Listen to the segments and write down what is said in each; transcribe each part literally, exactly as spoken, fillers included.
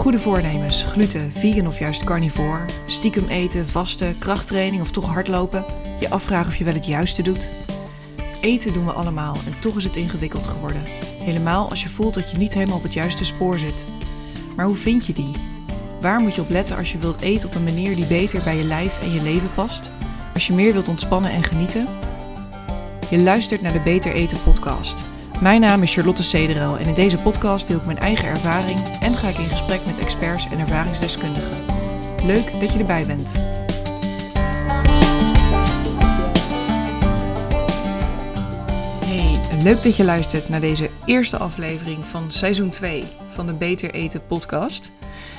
Goede voornemens, gluten, vegan of juist carnivore, stiekem eten, vasten, krachttraining of toch hardlopen, je afvragen of je wel het juiste doet. Eten doen we allemaal en toch is het ingewikkeld geworden. Helemaal als je voelt dat je niet helemaal op het juiste spoor zit. Maar hoe vind je die? Waar moet je op letten als je wilt eten op een manier die beter bij je lijf en je leven past? Als je meer wilt ontspannen en genieten? Je luistert naar de Beter Eten podcast. Mijn naam is Charlotte Cederel en in deze podcast deel ik mijn eigen ervaring en ga ik in gesprek met experts en ervaringsdeskundigen. Leuk dat je erbij bent. Hey, leuk dat je luistert naar deze eerste aflevering van seizoen twee van de Beter Eten podcast.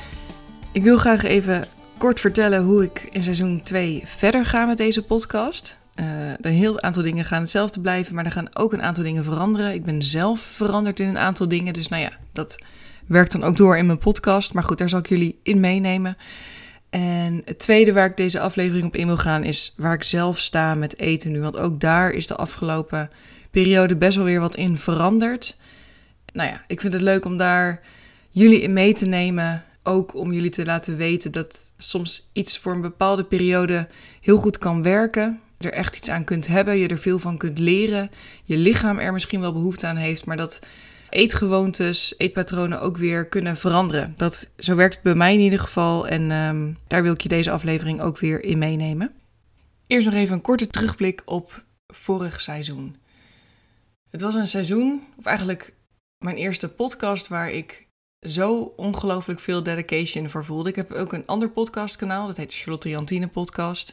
Ik wil graag even kort vertellen hoe ik in seizoen twee verder ga met deze podcast. Uh, een heel aantal dingen gaan hetzelfde blijven, maar er gaan ook een aantal dingen veranderen. Ik ben zelf veranderd in een aantal dingen, dus nou ja, dat werkt dan ook door in mijn podcast. Maar goed, daar zal ik jullie in meenemen. En het tweede waar ik deze aflevering op in wil gaan is waar ik zelf sta met eten nu. Want ook daar is de afgelopen periode best wel weer wat in veranderd. Nou ja, ik vind het leuk om daar jullie in mee te nemen. Ook om jullie te laten weten dat soms iets voor een bepaalde periode heel goed kan werken. Er echt iets aan kunt hebben, je er veel van kunt leren. Je lichaam er misschien wel behoefte aan heeft, maar dat eetgewoontes, eetpatronen ook weer kunnen veranderen. Dat, zo werkt het bij mij in ieder geval en um, daar wil ik je deze aflevering ook weer in meenemen. Eerst nog even een korte terugblik op vorig seizoen. Het was een seizoen, of eigenlijk mijn eerste podcast waar ik zo ongelooflijk veel dedication voor voelde. Ik heb ook een ander podcastkanaal, dat heet de Charlotte Jantine podcast.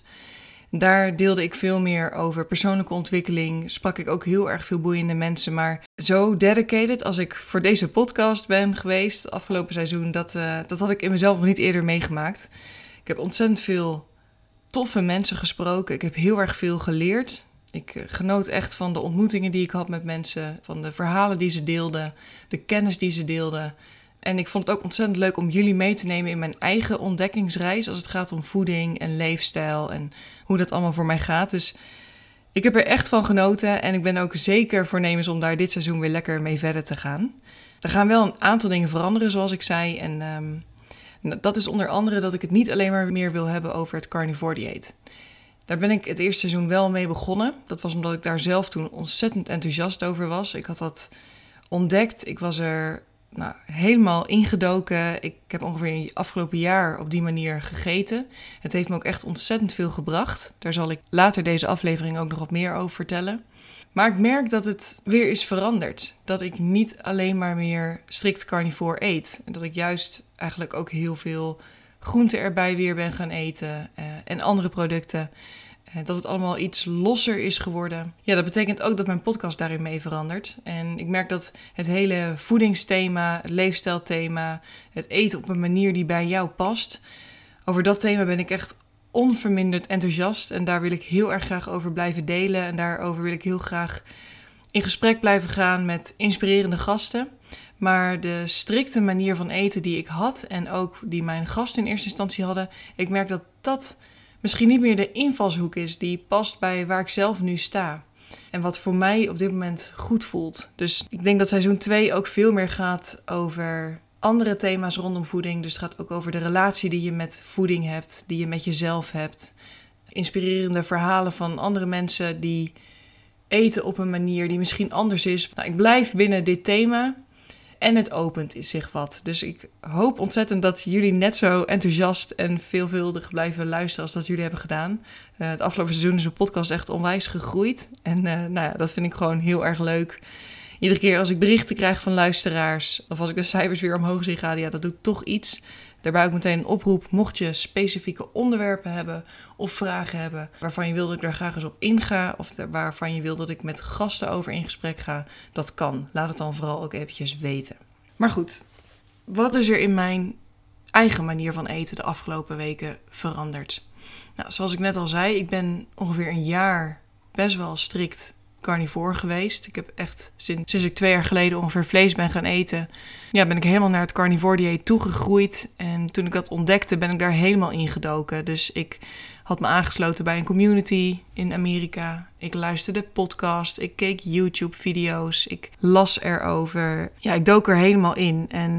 Daar deelde ik veel meer over persoonlijke ontwikkeling, sprak ik ook heel erg veel boeiende mensen, maar zo dedicated als ik voor deze podcast ben geweest het afgelopen seizoen, dat, uh, dat had ik in mezelf nog niet eerder meegemaakt. Ik heb ontzettend veel toffe mensen gesproken, ik heb heel erg veel geleerd. Ik uh, genoot echt van de ontmoetingen die ik had met mensen, van de verhalen die ze deelden, de kennis die ze deelden. En ik vond het ook ontzettend leuk om jullie mee te nemen in mijn eigen ontdekkingsreis als het gaat om voeding en leefstijl en hoe dat allemaal voor mij gaat. Dus ik heb er echt van genoten en ik ben ook zeker voornemens om daar dit seizoen weer lekker mee verder te gaan. Er gaan wel een aantal dingen veranderen, zoals ik zei. En um, dat is onder andere dat ik het niet alleen maar meer wil hebben over het carnivore dieet. Daar ben ik het eerste seizoen wel mee begonnen. Dat was omdat ik daar zelf toen ontzettend enthousiast over was. Ik had dat ontdekt, ik was er Nou, helemaal ingedoken. Ik heb ongeveer het afgelopen jaar op die manier gegeten. Het heeft me ook echt ontzettend veel gebracht. Daar zal ik later deze aflevering ook nog wat meer over vertellen. Maar ik merk dat het weer is veranderd. Dat ik niet alleen maar meer strikt carnivore eet. En dat ik juist eigenlijk ook heel veel groenten erbij weer ben gaan eten. Uh, en andere producten. Dat het allemaal iets losser is geworden. Ja, dat betekent ook dat mijn podcast daarin mee verandert. En ik merk dat het hele voedingsthema, het leefstijlthema, het eten op een manier die bij jou past. Over dat thema ben ik echt onverminderd enthousiast. En daar wil ik heel erg graag over blijven delen. En daarover wil ik heel graag in gesprek blijven gaan met inspirerende gasten. Maar de strikte manier van eten die ik had en ook die mijn gasten in eerste instantie hadden, ik merk dat dat misschien niet meer de invalshoek is die past bij waar ik zelf nu sta. En wat voor mij op dit moment goed voelt. Dus ik denk dat seizoen twee ook veel meer gaat over andere thema's rondom voeding. Dus het gaat ook over de relatie die je met voeding hebt, die je met jezelf hebt. Inspirerende verhalen van andere mensen die eten op een manier die misschien anders is. Nou, ik blijf binnen dit thema. En het opent zich wat. Dus ik hoop ontzettend dat jullie net zo enthousiast en veelvuldig blijven luisteren als dat jullie hebben gedaan. Uh, het afgelopen seizoen is mijn podcast echt onwijs gegroeid. En uh, nou ja, dat vind ik gewoon heel erg leuk. Iedere keer als ik berichten krijg van luisteraars of als ik de cijfers weer omhoog zie gaan, ja, dat doet toch iets. Daarbij ook meteen een oproep, mocht je specifieke onderwerpen hebben of vragen hebben waarvan je wil dat ik daar graag eens op inga of waarvan je wil dat ik met gasten over in gesprek ga, dat kan. Laat het dan vooral ook eventjes weten. Maar goed, wat is er in mijn eigen manier van eten de afgelopen weken veranderd? Nou, zoals ik net al zei, ik ben ongeveer een jaar best wel strikt carnivore geweest. Ik heb echt sinds, sinds ik twee jaar geleden ongeveer vlees ben gaan eten, ja, ben ik helemaal naar het carnivore dieet toegegroeid. En toen ik dat ontdekte, ben ik daar helemaal ingedoken. Dus ik had me aangesloten bij een community in Amerika. Ik luisterde podcast, ik keek YouTube-video's, ik las erover. Ja, ik dook er helemaal in. En ik heb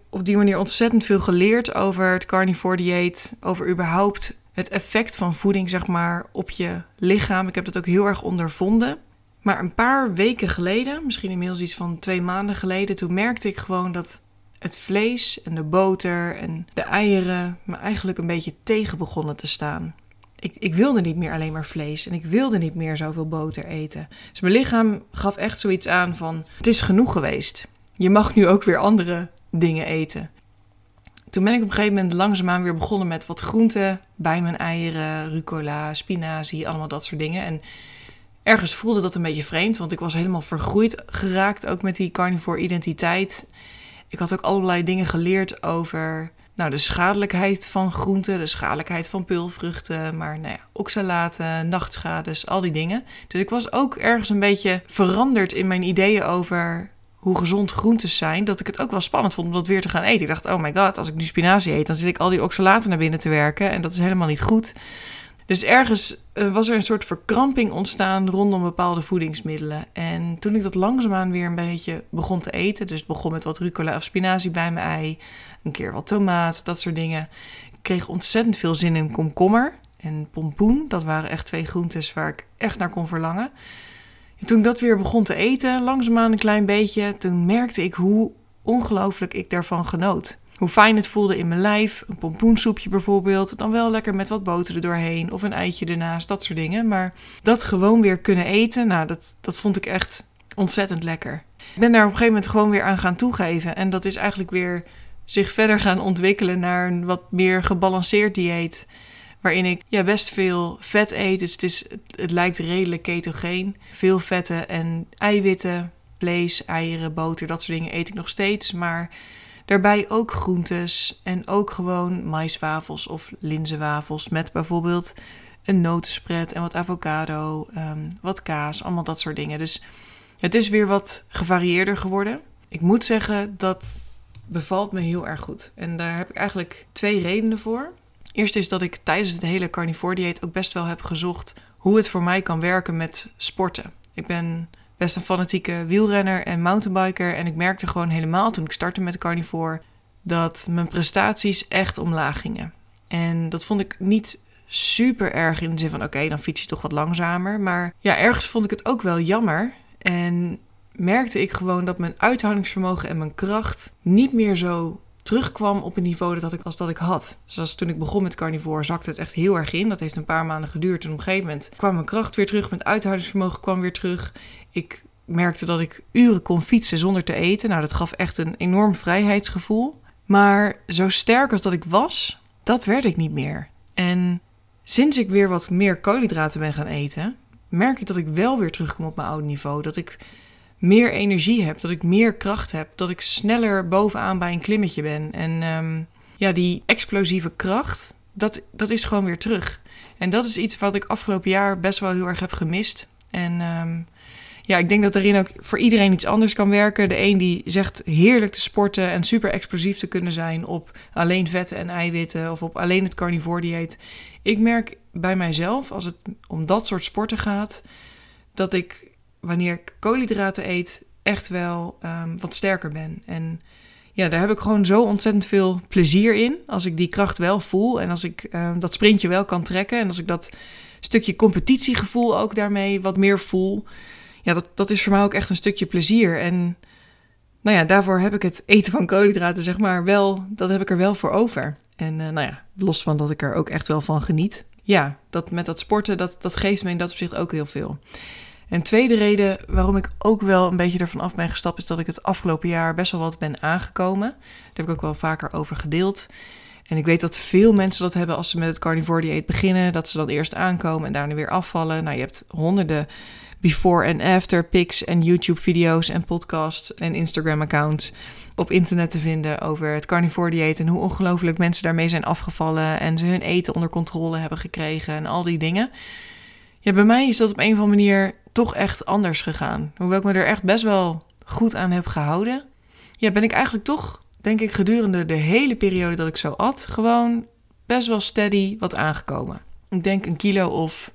op die manier ontzettend veel geleerd over het carnivore dieet, over überhaupt het effect van voeding, zeg maar, op je lichaam. Ik heb dat ook heel erg ondervonden. Maar een paar weken geleden, misschien inmiddels iets van twee maanden geleden, toen merkte ik gewoon dat het vlees en de boter en de eieren me eigenlijk een beetje tegen begonnen te staan. Ik, ik wilde niet meer alleen maar vlees en ik wilde niet meer zoveel boter eten. Dus mijn lichaam gaf echt zoiets aan van, het is genoeg geweest. Je mag nu ook weer andere dingen eten. Toen ben ik op een gegeven moment langzaamaan weer begonnen met wat groenten bij mijn eieren, rucola, spinazie, allemaal dat soort dingen. En ergens voelde dat een beetje vreemd, want ik was helemaal vergroeid geraakt ook met die carnivore identiteit. Ik had ook allerlei dingen geleerd over nou, de schadelijkheid van groenten, de schadelijkheid van peulvruchten, maar nou ja, oxalaten, nachtschades, al die dingen. Dus ik was ook ergens een beetje veranderd in mijn ideeën over hoe gezond groentes zijn, dat ik het ook wel spannend vond om dat weer te gaan eten. Ik dacht, oh my god, als ik nu spinazie eet, dan zit ik al die oxalaten naar binnen te werken en dat is helemaal niet goed. Dus ergens uh, was er een soort verkramping ontstaan rondom bepaalde voedingsmiddelen. En toen ik dat langzaamaan weer een beetje begon te eten, dus het begon met wat rucola of spinazie bij mijn ei, een keer wat tomaat, dat soort dingen. Ik kreeg ontzettend veel zin in komkommer en pompoen. Dat waren echt twee groentes waar ik echt naar kon verlangen. En toen ik dat weer begon te eten, langzaamaan een klein beetje, toen merkte ik hoe ongelooflijk ik daarvan genoot. Hoe fijn het voelde in mijn lijf, een pompoensoepje bijvoorbeeld, dan wel lekker met wat boter er doorheen of een eitje ernaast, dat soort dingen. Maar dat gewoon weer kunnen eten, nou dat, dat vond ik echt ontzettend lekker. Ik ben daar op een gegeven moment gewoon weer aan gaan toegeven en dat is eigenlijk weer zich verder gaan ontwikkelen naar een wat meer gebalanceerd dieet. Waarin ik ja, best veel vet eet, dus het, is, het, het lijkt redelijk ketogeen. Veel vetten en eiwitten, vlees, eieren, boter, dat soort dingen eet ik nog steeds. Maar daarbij ook groentes en ook gewoon maïswafels of linzenwafels met bijvoorbeeld een notenspread en wat avocado, um, wat kaas, allemaal dat soort dingen. Dus het is weer wat gevarieerder geworden. Ik moet zeggen, dat bevalt me heel erg goed. En daar heb ik eigenlijk twee redenen voor. Eerst is dat ik tijdens het hele carnivore dieet ook best wel heb gezocht hoe het voor mij kan werken met sporten. Ik ben best een fanatieke wielrenner en mountainbiker en ik merkte gewoon helemaal toen ik startte met carnivore dat mijn prestaties echt omlaag gingen. En dat vond ik niet super erg in de zin van oké, okay, dan fiets je toch wat langzamer. Maar ja, ergens vond ik het ook wel jammer en merkte ik gewoon dat mijn uithoudingsvermogen en mijn kracht niet meer zo terugkwam op een niveau dat ik, als dat ik had. Zoals toen ik begon met carnivore zakte het echt heel erg in. Dat heeft een paar maanden geduurd. En op een gegeven moment kwam mijn kracht weer terug. Mijn uithoudingsvermogen kwam weer terug. Ik merkte dat ik uren kon fietsen zonder te eten. Nou, dat gaf echt een enorm vrijheidsgevoel. Maar zo sterk als dat ik was, dat werd ik niet meer. En sinds ik weer wat meer koolhydraten ben gaan eten, merk ik dat ik wel weer terugkom op mijn oude niveau. Dat ik meer energie heb, dat ik meer kracht heb, dat ik sneller bovenaan bij een klimmetje ben. En um, ja, die explosieve kracht, dat, dat is gewoon weer terug. En dat is iets wat ik afgelopen jaar best wel heel erg heb gemist. En um, ja, ik denk dat daarin ook voor iedereen iets anders kan werken. De een die zegt heerlijk te sporten en super explosief te kunnen zijn op alleen vetten en eiwitten of op alleen het carnivore dieet. Ik merk bij mijzelf, als het om dat soort sporten gaat, dat ik wanneer ik koolhydraten eet, echt wel um, wat sterker ben. En ja, daar heb ik gewoon zo ontzettend veel plezier in. Als ik die kracht wel voel en als ik um, dat sprintje wel kan trekken. En als ik dat stukje competitiegevoel ook daarmee wat meer voel. Ja, dat, dat is voor mij ook echt een stukje plezier. En nou ja, daarvoor heb ik het eten van koolhydraten, zeg maar, wel, dat heb ik er wel voor over. En uh, nou ja, los van dat ik er ook echt wel van geniet. Ja, dat met dat sporten, dat, dat geeft me in dat opzicht ook heel veel. En tweede reden waarom ik ook wel een beetje ervan af ben gestapt, is dat ik het afgelopen jaar best wel wat ben aangekomen. Daar heb ik ook wel vaker over gedeeld. En ik weet dat veel mensen dat hebben als ze met het carnivore dieet beginnen, dat ze dan eerst aankomen en daarna weer afvallen. Nou, je hebt honderden before en after pics en YouTube video's en podcasts en Instagram accounts op internet te vinden over het carnivore dieet en hoe ongelooflijk mensen daarmee zijn afgevallen en ze hun eten onder controle hebben gekregen en al die dingen. Ja, bij mij is dat op een of andere manier toch echt anders gegaan. Hoewel ik me er echt best wel goed aan heb gehouden, ja, ben ik eigenlijk toch, denk ik, gedurende de hele periode dat ik zo at, gewoon best wel steady wat aangekomen. Ik denk een kilo of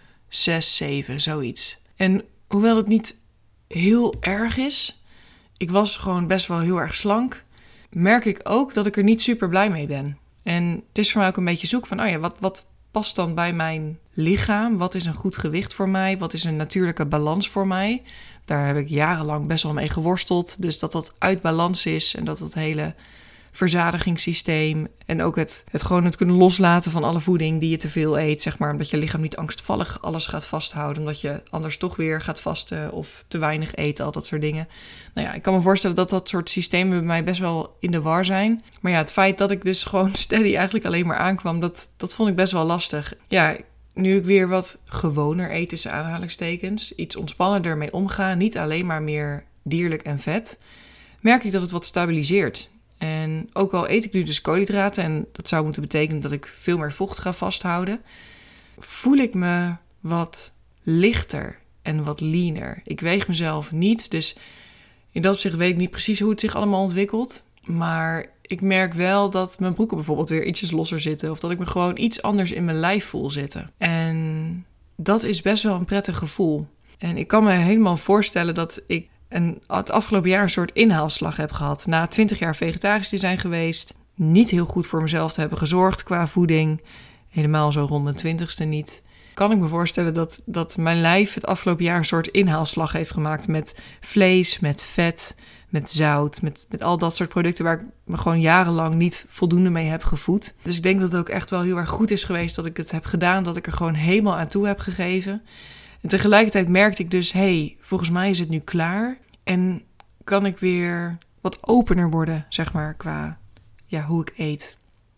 zes, zeven, zoiets. En hoewel het niet heel erg is, ik was gewoon best wel heel erg slank. merk ik ook dat ik er niet super blij mee ben. En het is voor mij ook een beetje zoek van, oh ja, wat, wat past dan bij mijn lichaam? Wat is een goed gewicht voor mij? Wat is een natuurlijke balans voor mij? Daar heb ik jarenlang best wel mee geworsteld. Dus dat dat uit balans is en dat dat hele verzadigingssysteem en ook het, het gewoon het kunnen loslaten van alle voeding die je te veel eet, zeg maar, omdat je lichaam niet angstvallig alles gaat vasthouden, omdat je anders toch weer gaat vasten of te weinig eten, al dat soort dingen. Nou ja, ik kan me voorstellen dat dat soort systemen bij mij best wel in de war zijn. Maar ja, het feit dat ik dus gewoon steady eigenlijk alleen maar aankwam, dat, dat vond ik best wel lastig. Ja, nu ik weer wat gewoner eet, tussen aanhalingstekens, iets ontspannender mee omga, niet alleen maar meer dierlijk en vet, merk ik dat het wat stabiliseert. En ook al eet ik nu dus koolhydraten, en dat zou moeten betekenen dat ik veel meer vocht ga vasthouden, voel ik me wat lichter en wat leaner. Ik weeg mezelf niet, dus in dat opzicht weet ik niet precies hoe het zich allemaal ontwikkelt. Maar ik merk wel dat mijn broeken bijvoorbeeld weer ietsjes losser zitten, of dat ik me gewoon iets anders in mijn lijf voel zitten. En dat is best wel een prettig gevoel. En ik kan me helemaal voorstellen dat ik En het afgelopen jaar een soort inhaalslag heb gehad. Na twintig jaar vegetarisch te zijn geweest, niet heel goed voor mezelf te hebben gezorgd qua voeding, helemaal zo rond mijn twintigste niet, kan ik me voorstellen dat, dat mijn lijf het afgelopen jaar een soort inhaalslag heeft gemaakt met vlees, met vet, met zout, met, met al dat soort producten waar ik me gewoon jarenlang niet voldoende mee heb gevoed. Dus ik denk dat het ook echt wel heel erg goed is geweest dat ik het heb gedaan, dat ik er gewoon helemaal aan toe heb gegeven. En tegelijkertijd merkte ik dus, hé, hey, volgens mij is het nu klaar. En kan ik weer wat opener worden, zeg maar, qua ja, hoe ik eet.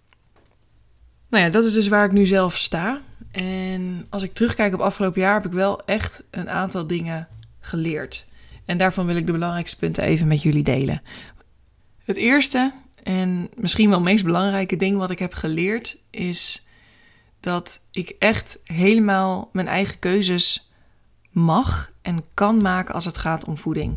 Nou ja, dat is dus waar ik nu zelf sta. En als ik terugkijk op afgelopen jaar, heb ik wel echt een aantal dingen geleerd. En daarvan wil ik de belangrijkste punten even met jullie delen. Het eerste, en misschien wel het meest belangrijke ding wat ik heb geleerd, is dat ik echt helemaal mijn eigen keuzes mag en kan maken als het gaat om voeding.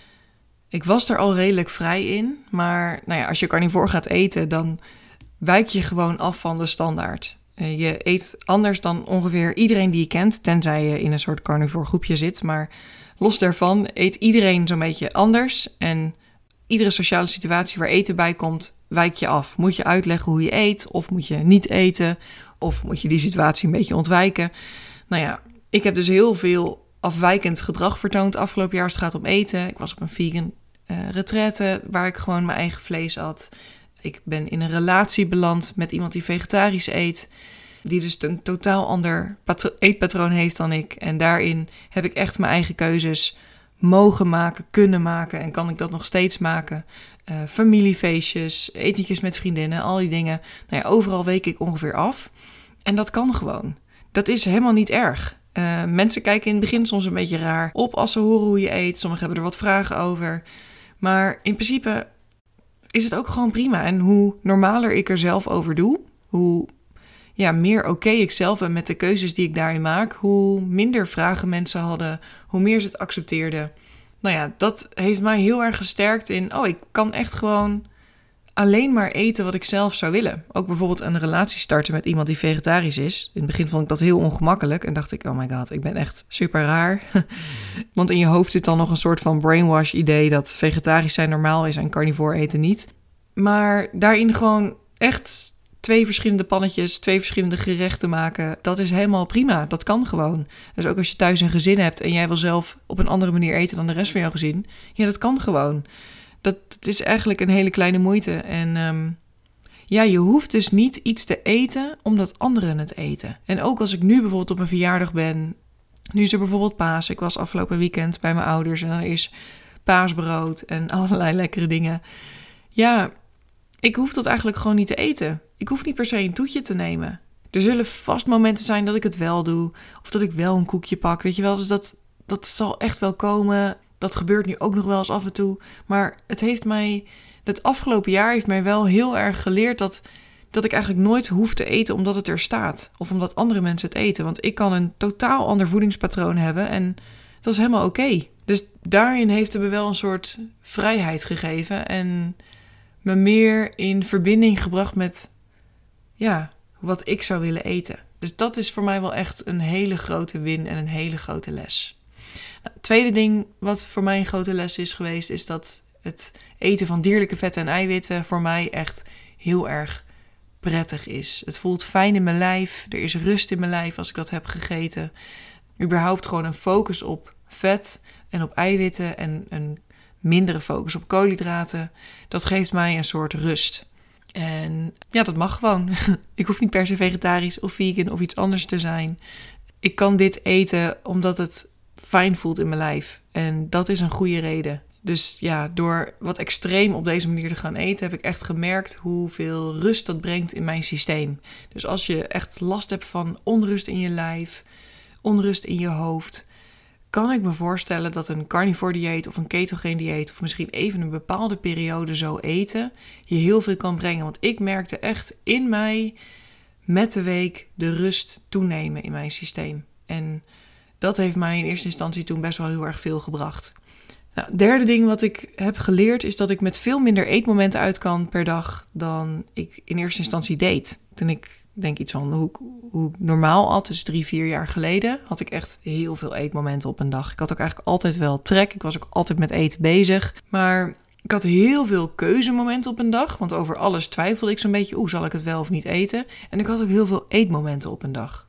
Ik was er al redelijk vrij in, maar nou ja, als je carnivore gaat eten, dan wijk je gewoon af van de standaard. Je eet anders dan ongeveer iedereen die je kent, tenzij je in een soort carnivore groepje zit. Maar los daarvan eet iedereen zo'n beetje anders. En iedere sociale situatie waar eten bij komt, wijk je af. Moet je uitleggen hoe je eet, of moet je niet eten, of moet je die situatie een beetje ontwijken. Nou ja, ik heb dus heel veel afwijkend gedrag vertoond afgelopen jaar als het gaat om eten. Ik was op een vegan uh, retraite waar ik gewoon mijn eigen vlees at. Ik ben in een relatie beland met iemand die vegetarisch eet, die dus een totaal ander patro- eetpatroon heeft dan ik. En daarin heb ik echt mijn eigen keuzes mogen maken, kunnen maken en kan ik dat nog steeds maken. Uh, familiefeestjes, etentjes met vriendinnen, al die dingen. Nou ja, overal week ik ongeveer af. En dat kan gewoon. Dat is helemaal niet erg. Uh, mensen kijken in het begin soms een beetje raar op als ze horen hoe je eet. Sommigen hebben er wat vragen over. Maar in principe is het ook gewoon prima. En hoe normaler ik er zelf over doe, hoe ja, meer oké ik zelf ben met de keuzes die ik daarin maak, hoe minder vragen mensen hadden, hoe meer ze het accepteerden. Nou ja, dat heeft mij heel erg gesterkt in, oh, ik kan echt gewoon alleen maar eten wat ik zelf zou willen. Ook bijvoorbeeld een relatie starten met iemand die vegetarisch is. In het begin vond ik dat heel ongemakkelijk en dacht ik, oh my god, ik ben echt super raar. Want in je hoofd zit dan nog een soort van brainwash idee dat vegetarisch zijn normaal is en carnivore eten niet. Maar daarin gewoon echt twee verschillende pannetjes, twee verschillende gerechten maken, dat is helemaal prima. Dat kan gewoon. Dus ook als je thuis een gezin hebt en jij wil zelf op een andere manier eten dan de rest van jouw gezin, ja, dat kan gewoon. Dat, dat is eigenlijk een hele kleine moeite. En um, ja, je hoeft dus niet iets te eten omdat anderen het eten. En ook als ik nu bijvoorbeeld op een verjaardag ben, nu is er bijvoorbeeld Paas. Ik was afgelopen weekend bij mijn ouders en dan is paasbrood en allerlei lekkere dingen. Ja, ik hoef dat eigenlijk gewoon niet te eten. Ik hoef niet per se een toetje te nemen. Er zullen vast momenten zijn dat ik het wel doe. Of dat ik wel een koekje pak. Weet je wel, dus dat, dat zal echt wel komen. Dat gebeurt nu ook nog wel eens af en toe. Maar het heeft mij, het afgelopen jaar heeft mij wel heel erg geleerd dat, dat ik eigenlijk nooit hoef te eten omdat het er staat. Of omdat andere mensen het eten. Want ik kan een totaal ander voedingspatroon hebben en dat is helemaal oké. Okay. Dus daarin heeft het me wel een soort vrijheid gegeven en me meer in verbinding gebracht met ja, wat ik zou willen eten. Dus dat is voor mij wel echt een hele grote win en een hele grote les. Nou, het tweede ding wat voor mij een grote les is geweest, is dat het eten van dierlijke vetten en eiwitten voor mij echt heel erg prettig is. Het voelt fijn in mijn lijf. Er is rust in mijn lijf als ik dat heb gegeten. Überhaupt gewoon een focus op vet en op eiwitten en een mindere focus op koolhydraten. Dat geeft mij een soort rust. En ja, dat mag gewoon. Ik hoef niet per se vegetarisch of vegan of iets anders te zijn. Ik kan dit eten omdat het fijn voelt in mijn lijf. En dat is een goede reden. Dus ja, door wat extreem op deze manier te gaan eten, heb ik echt gemerkt hoeveel rust dat brengt in mijn systeem. Dus als je echt last hebt van onrust in je lijf, onrust in je hoofd, kan ik me voorstellen dat een carnivore dieet of een ketogeen dieet of misschien even een bepaalde periode zo eten je heel veel kan brengen. Want ik merkte echt in mij met de week de rust toenemen in mijn systeem. En dat heeft mij in eerste instantie toen best wel heel erg veel gebracht. Nou, het derde ding wat ik heb geleerd is dat ik met veel minder eetmomenten uit kan per dag dan ik in eerste instantie deed. Toen ik denk iets van hoe, hoe ik normaal at, dus drie, vier jaar geleden, had ik echt heel veel eetmomenten op een dag. Ik had ook eigenlijk altijd wel trek. Ik was ook altijd met eten bezig. Maar ik had heel veel keuzemomenten op een dag, want over alles twijfelde ik zo'n beetje, oeh, zal ik het wel of niet eten? En ik had ook heel veel eetmomenten op een dag.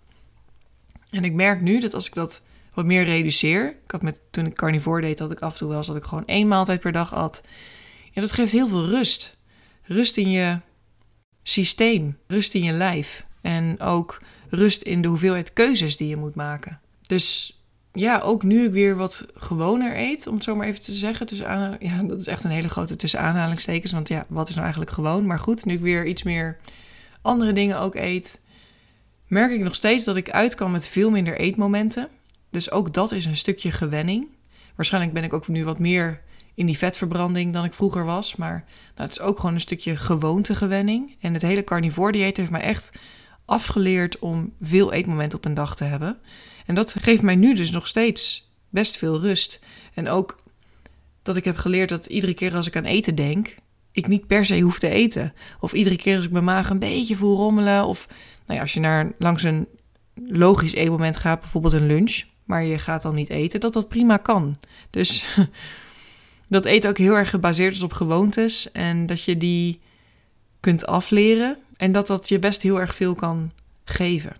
En ik merk nu dat als ik dat wat meer reduceer, ik had met, toen ik carnivore deed, had ik af en toe wel eens dat ik gewoon één maaltijd per dag at. Ja, dat geeft heel veel rust. Rust in je systeem, rust in je lijf en ook rust in de hoeveelheid keuzes die je moet maken. Dus ja, ook nu ik weer wat gewoner eet, om het zo maar even te zeggen, tussen aan, ja, dat is echt een hele grote tussen aanhalingstekens, want ja, wat is nou eigenlijk gewoon? Maar goed, nu ik weer iets meer andere dingen ook eet, merk ik nog steeds dat ik uit kan met veel minder eetmomenten. Dus ook dat is een stukje gewenning. Waarschijnlijk ben ik ook nu wat meer in die vetverbranding dan ik vroeger was. Maar nou, het is ook gewoon een stukje gewoontegewenning. En het hele carnivore dieet heeft mij echt afgeleerd om veel eetmomenten op een dag te hebben. En dat geeft mij nu dus nog steeds best veel rust. En ook dat ik heb geleerd dat iedere keer als ik aan eten denk, ik niet per se hoef te eten. Of iedere keer als ik mijn maag een beetje voel rommelen. Of nou ja, als je naar langs een logisch eetmoment gaat, bijvoorbeeld een lunch, maar je gaat dan niet eten, dat dat prima kan. Dus dat eten ook heel erg gebaseerd is op gewoontes en dat je die kunt afleren en dat dat je best heel erg veel kan geven.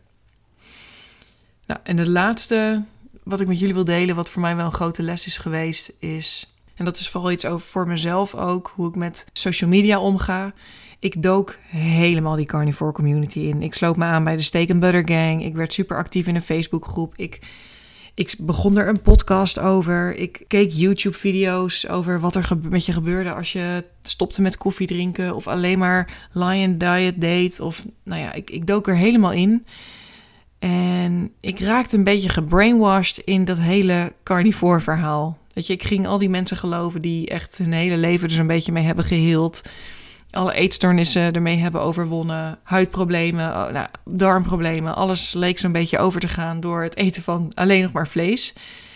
Nou, en de laatste wat ik met jullie wil delen, wat voor mij wel een grote les is geweest, is, en dat is vooral iets over voor mezelf ook, hoe ik met social media omga. Ik dook helemaal die carnivore community in. Ik sloot me aan bij de Steak and Butter Gang. Ik werd super actief in een Facebookgroep. Ik, ik begon er een podcast over. Ik keek YouTube-video's over wat er gebe- met je gebeurde als je stopte met koffie drinken of alleen maar Lion Diet deed. Of, nou ja, ik, ik dook er helemaal in. En ik raakte een beetje gebrainwashed in dat hele carnivore verhaal. Weet je, ik ging al die mensen geloven die echt hun hele leven er zo'n beetje mee hebben geheeld. Alle eetstoornissen ermee hebben overwonnen. Huidproblemen, nou, darmproblemen. Alles leek zo'n beetje over te gaan door het eten van alleen nog maar vlees.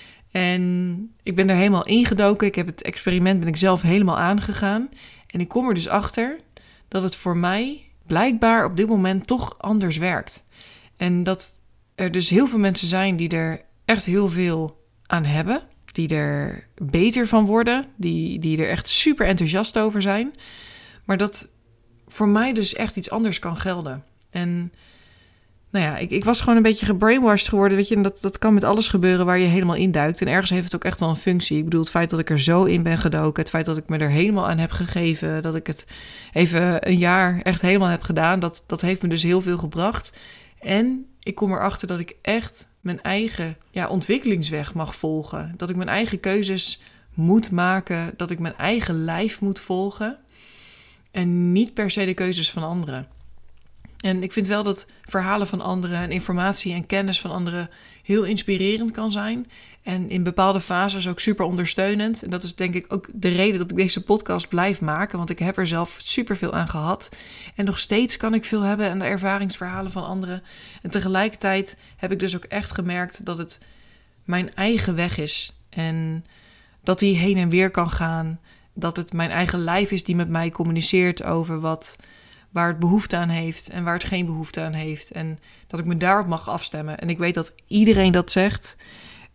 En ik ben er helemaal ingedoken. Ik heb het experiment ben ik zelf helemaal aangegaan. En ik kom er dus achter dat het voor mij blijkbaar op dit moment toch anders werkt. En dat er dus heel veel mensen zijn die er echt heel veel aan hebben. Die er beter van worden. Die, die er echt super enthousiast over zijn. Maar dat voor mij dus echt iets anders kan gelden. En nou ja, ik, ik was gewoon een beetje gebrainwashed geworden. Weet je, en dat, dat kan met alles gebeuren waar je helemaal induikt. En ergens heeft het ook echt wel een functie. Ik bedoel, het feit dat ik er zo in ben gedoken. Het feit dat ik me er helemaal aan heb gegeven. Dat ik het even een jaar echt helemaal heb gedaan. Dat, dat heeft me dus heel veel gebracht. En ik kom erachter dat ik echt mijn eigen ja, ontwikkelingsweg mag volgen. Dat ik mijn eigen keuzes moet maken. Dat ik mijn eigen lijf moet volgen. En niet per se de keuzes van anderen. En ik vind wel dat verhalen van anderen en informatie en kennis van anderen heel inspirerend kan zijn. En in bepaalde fases ook super ondersteunend. En dat is denk ik ook de reden dat ik deze podcast blijf maken. Want ik heb er zelf super veel aan gehad. En nog steeds kan ik veel hebben aan de ervaringsverhalen van anderen. En tegelijkertijd heb ik dus ook echt gemerkt dat het mijn eigen weg is. En dat die heen en weer kan gaan. Dat het mijn eigen lijf is die met mij communiceert over wat, waar het behoefte aan heeft en waar het geen behoefte aan heeft. En dat ik me daarop mag afstemmen. En ik weet dat iedereen dat zegt.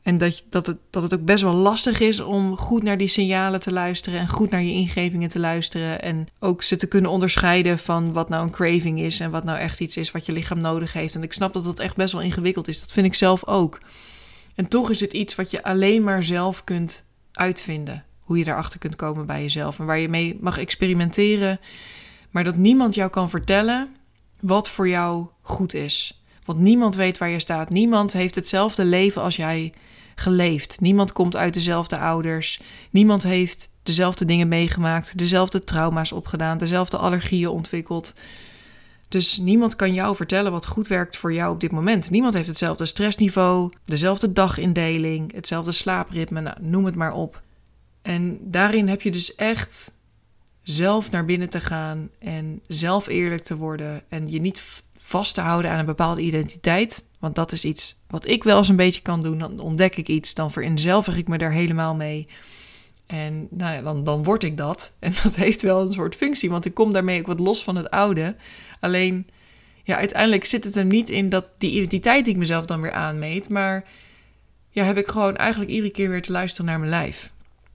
En dat, dat, het, dat het ook best wel lastig is om goed naar die signalen te luisteren en goed naar je ingevingen te luisteren. En ook ze te kunnen onderscheiden van wat nou een craving is en wat nou echt iets is wat je lichaam nodig heeft. En ik snap dat dat echt best wel ingewikkeld is. Dat vind ik zelf ook. En toch is het iets wat je alleen maar zelf kunt uitvinden. Hoe je daarachter kunt komen bij jezelf en waar je mee mag experimenteren. Maar dat niemand jou kan vertellen wat voor jou goed is. Want niemand weet waar je staat. Niemand heeft hetzelfde leven als jij geleefd. Niemand komt uit dezelfde ouders. Niemand heeft dezelfde dingen meegemaakt. Dezelfde trauma's opgedaan. Dezelfde allergieën ontwikkeld. Dus niemand kan jou vertellen wat goed werkt voor jou op dit moment. Niemand heeft hetzelfde stressniveau. Dezelfde dagindeling. Hetzelfde slaapritme. Nou, noem het maar op. En daarin heb je dus echt zelf naar binnen te gaan. En zelf eerlijk te worden. En je niet vast te houden aan een bepaalde identiteit. Want dat is iets wat ik wel eens een beetje kan doen. Dan ontdek ik iets, dan vereenzelvig ik me daar helemaal mee. En nou ja, dan, dan word ik dat. En dat heeft wel een soort functie, want ik kom daarmee ook wat los van het oude. Alleen, ja, uiteindelijk zit het hem niet in dat die identiteit die ik mezelf dan weer aanmeet. Maar ja, heb ik gewoon eigenlijk iedere keer weer te luisteren naar mijn lijf.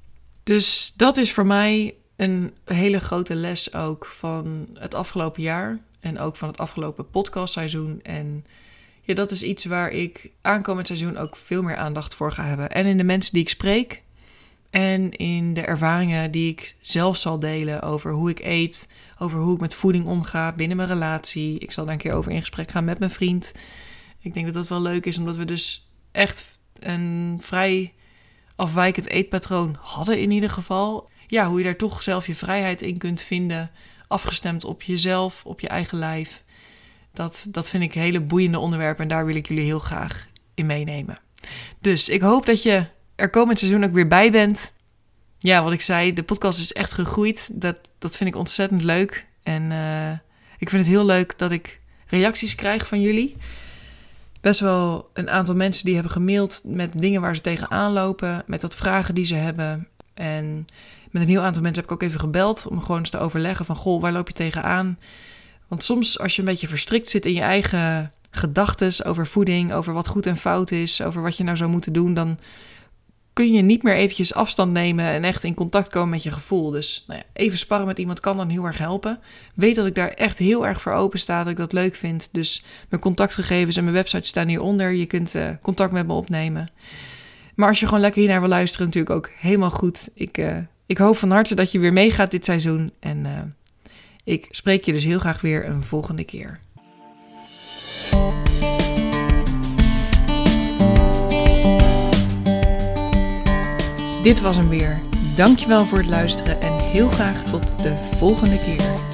Dus dat is voor mij een hele grote les ook van het afgelopen jaar. En ook van het afgelopen podcastseizoen. En ja, dat is iets waar ik aankomend seizoen ook veel meer aandacht voor ga hebben. En in de mensen die ik spreek. En in de ervaringen die ik zelf zal delen over hoe ik eet. Over hoe ik met voeding omga binnen mijn relatie. Ik zal daar een keer over in gesprek gaan met mijn vriend. Ik denk dat dat wel leuk is, omdat we dus echt een vrij afwijkend eetpatroon hadden in ieder geval. Ja, hoe je daar toch zelf je vrijheid in kunt vinden. Afgestemd op jezelf, op je eigen lijf. Dat, dat vind ik hele boeiende onderwerpen en daar wil ik jullie heel graag in meenemen. Dus ik hoop dat je er komend seizoen ook weer bij bent. Ja, wat ik zei, de podcast is echt gegroeid. Dat, dat vind ik ontzettend leuk. En uh, ik vind het heel leuk dat ik reacties krijg van jullie. Best wel een aantal mensen die hebben gemaild met dingen waar ze tegenaan lopen. Met wat vragen die ze hebben. En met een heel aantal mensen heb ik ook even gebeld om gewoon eens te overleggen van, goh, waar loop je tegenaan? Want soms als je een beetje verstrikt zit in je eigen gedachtes over voeding, over wat goed en fout is, over wat je nou zou moeten doen, dan kun je niet meer eventjes afstand nemen en echt in contact komen met je gevoel. Dus nou ja, even sparren met iemand kan dan heel erg helpen. Weet dat ik daar echt heel erg voor open sta, dat ik dat leuk vind. Dus mijn contactgegevens en mijn website staan hieronder. Je kunt uh, contact met me opnemen. Maar als je gewoon lekker hiernaar wil luisteren, natuurlijk ook helemaal goed. Ik, uh, ik hoop van harte dat je weer meegaat dit seizoen. En uh, ik spreek je dus heel graag weer een volgende keer. Dit was hem weer. Dankjewel voor het luisteren en heel graag tot de volgende keer.